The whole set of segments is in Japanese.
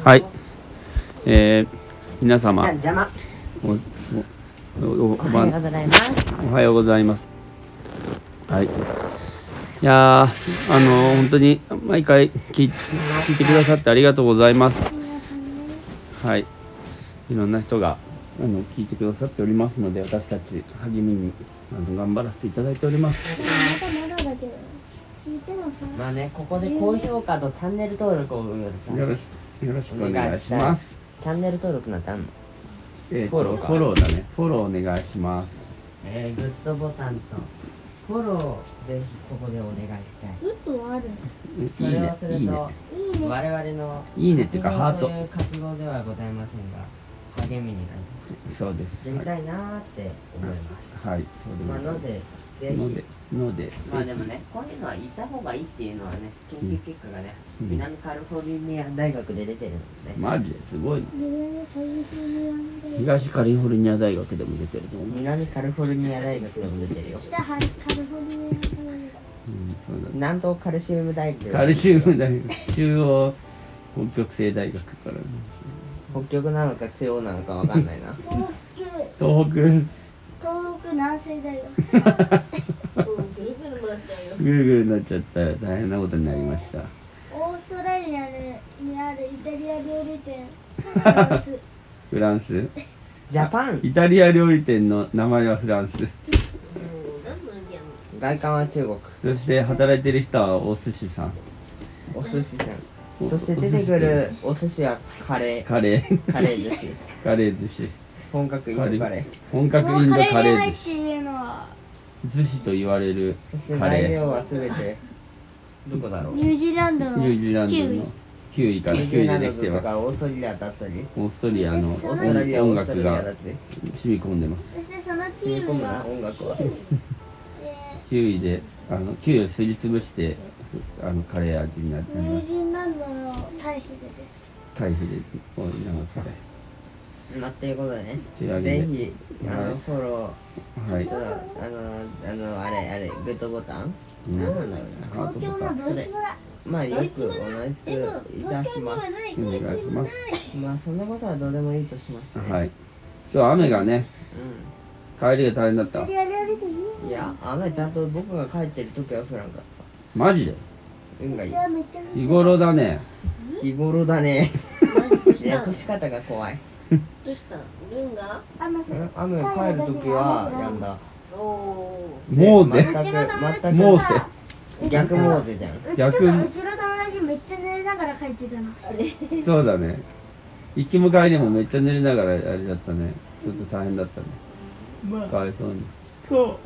はい、皆様おはようございます。 おはようございます。はい、いや本当に毎回聞いてくださってありがとうございます。はい、いろんな人が聞いてくださっておりますので、私たち励みに頑張らせていただいております。 まあね、ここで高評価とチャンネル登録をよろしくお願いします。 チャンネル登録なんてあんの？ フォローだね。フォローお願いします。 グッドボタンとフォローぜひここでお願いしたい。 グッドはあるの？ それをすると我々のいいねっていうかハートという活動ではございませんが励みになります。 そうです。 やりたいなーって思います。 はい、そうでまあのでぜひのでまあでもね、こういうのはいた方がいいっていうのはね、研究結果がね、南カリフォルニア大学で出てるので、 マジですごいね。東カリフォルニア大学でも出てると思う。 南カリフォルニア大学でも出てるよ。 北カリフォルニア大学。 そうだ。 南東カルシウム大学。 カルシウム大学、中央北極星大学から、 北極なのか中央なのかわかんないな。 東北南西大学。 ぐるぐるになっちゃったよ。大変なことになりました。 オーストラリアにあるイタリア料理店フランス。 フランス。 ジャパン。 イタリア料理店の名前はフランス。 外観は中国。 そして働いてる人はお寿司さん。 お寿司さん。そして出てくるお寿司はカレー。 カレー。 カレー寿司。 カレー寿司。 本格インドカレー。 本格インドカレー寿司。寿司と言われるそして材料はすべてどこだろう。 ニュージーランドのキウイからキウイでできてます。 オーストラリアだったり。 オーストリアの音楽が染み込んでます。 そしてそのキウイが音楽はキウイでキウイをすりつぶしてカレー味になります。 ニュージーランドの堆肥で堆肥で流され。 まあ、っていうことでね、 ぜひフォロー、 はい、 あれグッドボタン、何なんだろうな、 東京のドイツ村、 まあよくお願いいたします。 お願いします。 まあそんなことはどうでもいいとしましてね。 はい。今日雨がね、帰りが大変だった。 イタリア料理店。 いや、雨ちゃんと僕が帰ってる時は降らんかった。 マジで？ 運がいい。 日頃だね。 日頃だね。訳し方が怖い。 どうしたの？ルンが？ 雨帰る時はやんだ。 モーゼ？モーゼ？ 逆モーゼじゃん。 逆？ うちの友達めっちゃ寝ながら帰ってたの。 そうだね。行きも帰りもめっちゃ寝れながらあれだったね。ちょっと大変だったね。かわいそうに。 そう。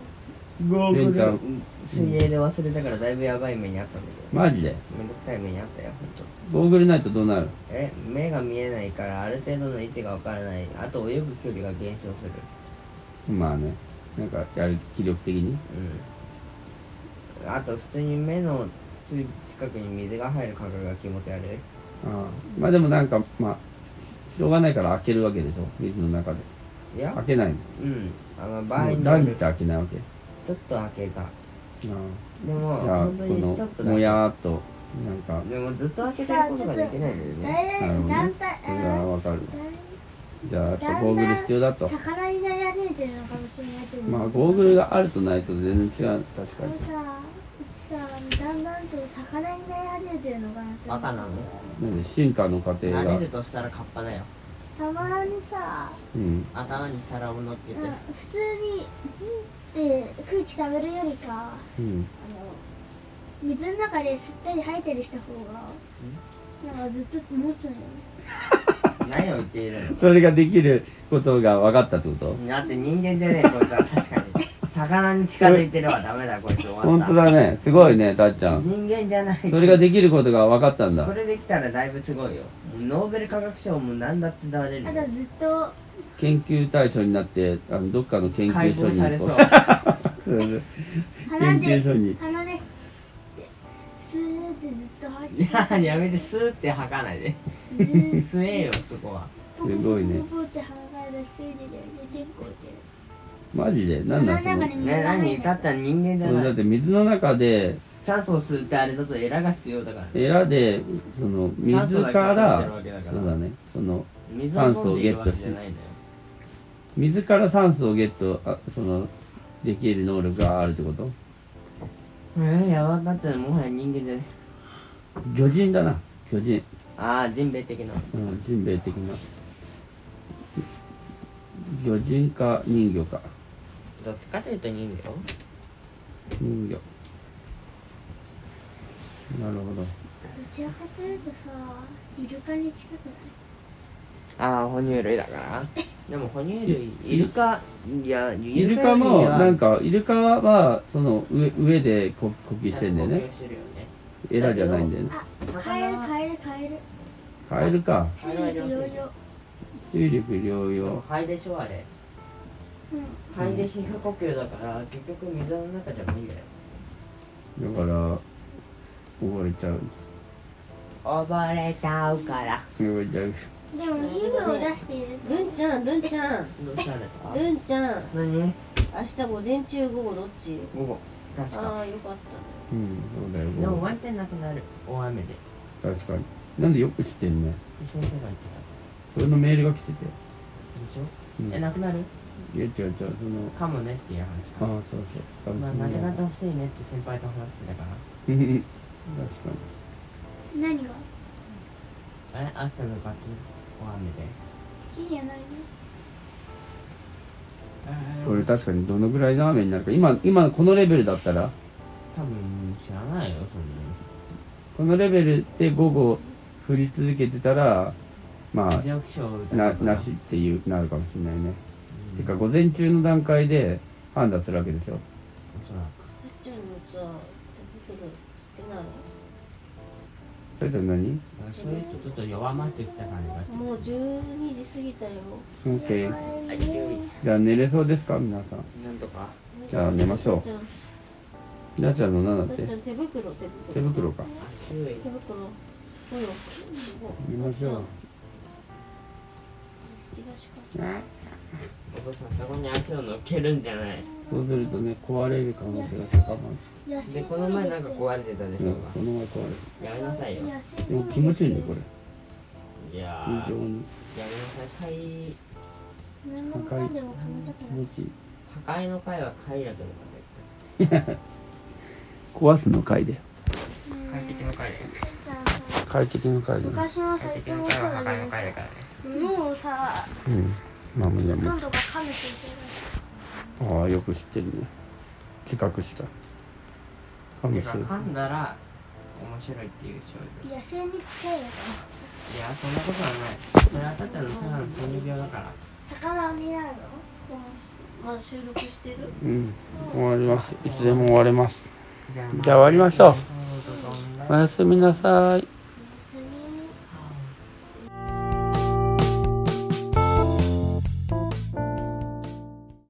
レンちゃん水泳で忘れたからだいぶやばい目にあったんだけど。 マジで？ めんどくさい目にあったよ、ほんと。 ゴーグルないとどうなる？ 目が見えないからある程度の位置がわからない。あと泳ぐ距離が減少する。 まあね、なんか気力的に。 あと普通に目の近くに水が入る感覚が気持ち悪い。 まあでもなんかまあしょうがないから開けるわけでしょ、水の中で。 いや開けないの。場合に断じて開けないわけ。 ちょっと開けた。でもじゃあ本当にちょっとだけ。 もやーっとなんか。 でもずっと開けてることができないんだよね。 なるほどね。それはわかる。じゃあやっぱゴーグル必要だと。 魚に悩んでるのかもしれないけど。 まあゴーグルがあるとないと全然違う。確かに。 うちだんだんと魚に悩んでるのかなって。 バカなの？ なんで進化の過程が。 慣れるとしたらカッパだよ。 たまにさ、 頭に皿を乗っけて。 普通に空気食べるよりか、水の中で吸ったり吐いたりした方がなんかずっと持つのよね。 何を言っているの？ それができることが分かったってこと？ だって人間じゃねえこいつは。確かに魚に近づいてるはダメだこいつ。終わった。 本当だね、すごいね、たっちゃん。 人間じゃない。 それができることが分かったんだ。 これできたらだいぶすごいよ。ノーベル化学賞も何だって出れるよ。 あとずっと研究対象になってどっかの研究所にされそう。 研究所に鼻でスーってずっと吐いて。 いやめてスーって吐かないで。吸えよそこは。 すごいね。 ポポって鼻から出してるで結構いてる。 マジで？なんなんその。 何？だったら人間じゃない。 だって水の中で酸素を吸うってあれだとエラが必要だからね。 エラでその水からそうだね、その水を飲んでいるわけじゃないんだよ。 水から酸素をゲットそのできる能力があるってこと？ やばかったらもはや人間じゃね。 魚人だな、魚人。 ああ、ジンベエ的な。 ジンベエ的な。魚人か人魚か。 どっちかというと人魚。 人魚。なるほど。 どちらかというとさ、イルカに近くない？ ああ、哺乳類だからでも哺乳類、イルカ、いや、 イルカもなんかイルカはその上で呼吸してんだよね。エラじゃないんだよね。 あ、カエル。 カエルか。 水陸両用。 水陸両用。 肺でしょあれ。肺で皮膚呼吸だから結局水の中じゃ無理だよ。 だから溺れちゃう。 溺れちゃうから。 溺れちゃう。 でも皮膚を出していると。 ルンちゃん、 どうしたんだったルンちゃん、 何明日午前中午後どっち？ 午後。確か。 ああ、よかったね。 そうだよ。 でもワンチャンなくなる。大雨で。 確かに。なんでよく知ってんね。 先生が言ってそれのメールが来てて。 た。でしょうんなくなるいや違うその。 かもねっていう話か。 そうそう。 まあ、なくなってほしいねって先輩と話してたから。 確かに。 何が？ 明日のガチ大雨で。 火じゃないの？ これ確かにどのぐらいの雨になるか。今このレベルだったら、 多分知らないよ、そんなに。 このレベルで午後降り続けてたら、ま異常気象あなしっていうなるかもしれないね。てか午前中の段階で判断するわけでしょ。 おそらく。 たっちゃんのさ、手袋つけない？ それと何？ そういうとちょっと弱まってきた感じがして。 もう12時過ぎたよ。 OK。じゃあ寝れそうですか皆さん。 なんとか。 じゃあ寝ましょう。なっちゃんの何だって？ たっちゃん手袋。 手袋か。 注意。 手袋。そうよ。 寝ましょう。 引き出しか。 お父さんそこに足を乗っけるんじゃない。 そうするとね壊れる可能性が高まる。 でこの前なんか壊れてたでしょうこの前壊れる。 やめなさいよ。 でも気持ちいいねこれ。 いや非常にやめなさい。 何のかんでも噛みたくない。 気持ちいい。 破壊の回は快楽の回で。 壊すの回で。 快適の回で。 快適の回で。 昔の快適の最強の回は破壊の人がね、 回だからね。 物をさ、 まあもういやもう。 どんどん噛む先生ああよく知ってるね。企画した。かもしれない。 噛んだら面白いっていう少女。 野生に近いのかいやそんなことはない。それはただのただの中二病だから。 な。魚になるの？ まだ収録してる？ 終わります。いつでも終われます。じゃあ終わりましょう。おやすみなさい。